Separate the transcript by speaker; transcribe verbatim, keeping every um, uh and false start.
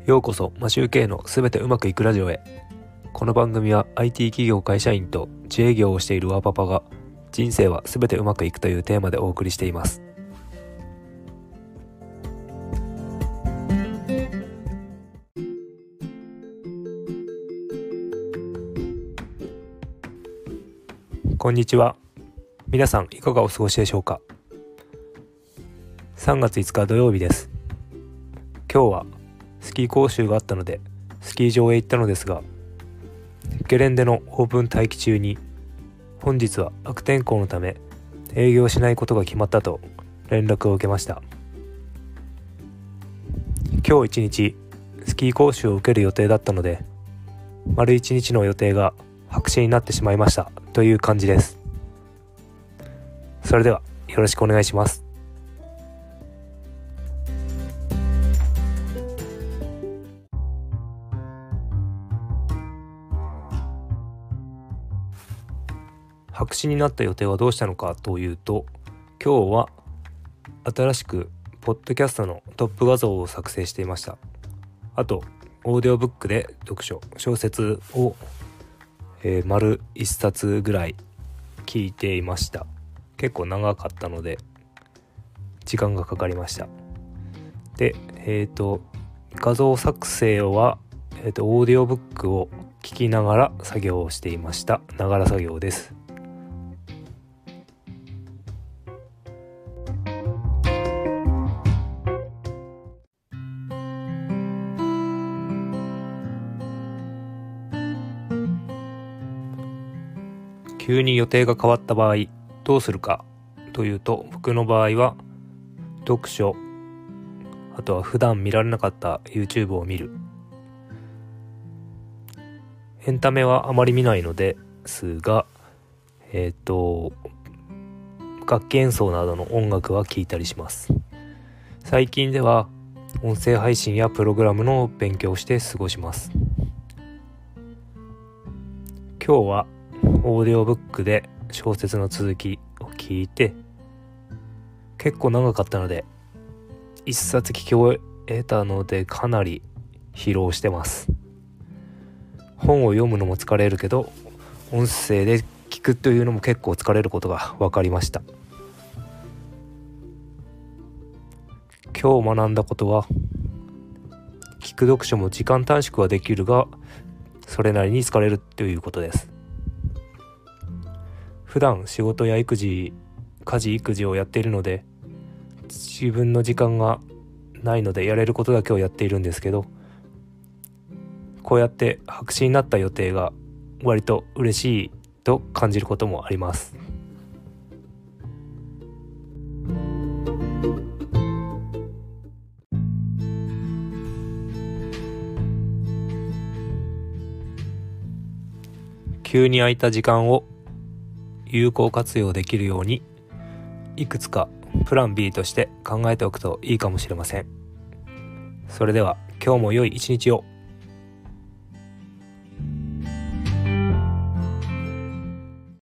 Speaker 1: ようこそマシュー系のすべてうまくいくラジオへ。この番組は アイティー 企業会社員と自営業をしているワーパパが人生はすべてうまくいくというテーマでお送りしています。こんにちは。皆さんいかがお過ごしでしょうか。さんがついつか土曜日です。今日はスキー講習があったのでスキー場へ行ったのですが、ゲレンデのオープン待機中に本日は悪天候のため営業しないことが決まったと連絡を受けました。今日一日スキー講習を受ける予定だったので、丸一日の予定が白紙になってしまいましたという感じです。それではよろしくお願いします。白紙になった予定はどうしたのかというと、今日は新しくポッドキャストのトップ画像を作成していました。あとオーディオブックで読書小説を、えー、丸一冊ぐらい聞いていました。結構長かったので時間がかかりました。でえっ、ー、と画像作成は、えー、とオーディオブックを聞きながら作業をしていました。ながら作業です。急に予定が変わった場合どうするかというと、僕の場合は読書、あとは普段見られなかった YouTube を見る。エンタメはあまり見ないのですが、えっと楽器演奏などの音楽は聴いたりします。最近では音声配信やプログラムの勉強をして過ごします。今日はオーディオブックで小説の続きを聞いて、結構長かったので一冊聞き終えたのでかなり疲労してます。本を読むのも疲れるけど音声で聞くというのも結構疲れることが分かりました。今日学んだことは、聞く読書も時間短縮はできるがそれなりに疲れるということです。普段仕事や育児、家事育児をやっているので自分の時間がないのでやれることだけをやっているんですけど、こうやって白紙になった予定が割と嬉しいと感じることもあります。急に空いた時間を有効活用できるようにいくつかプラン ビー として考えておくといいかもしれません。それでは今日も良い一日を。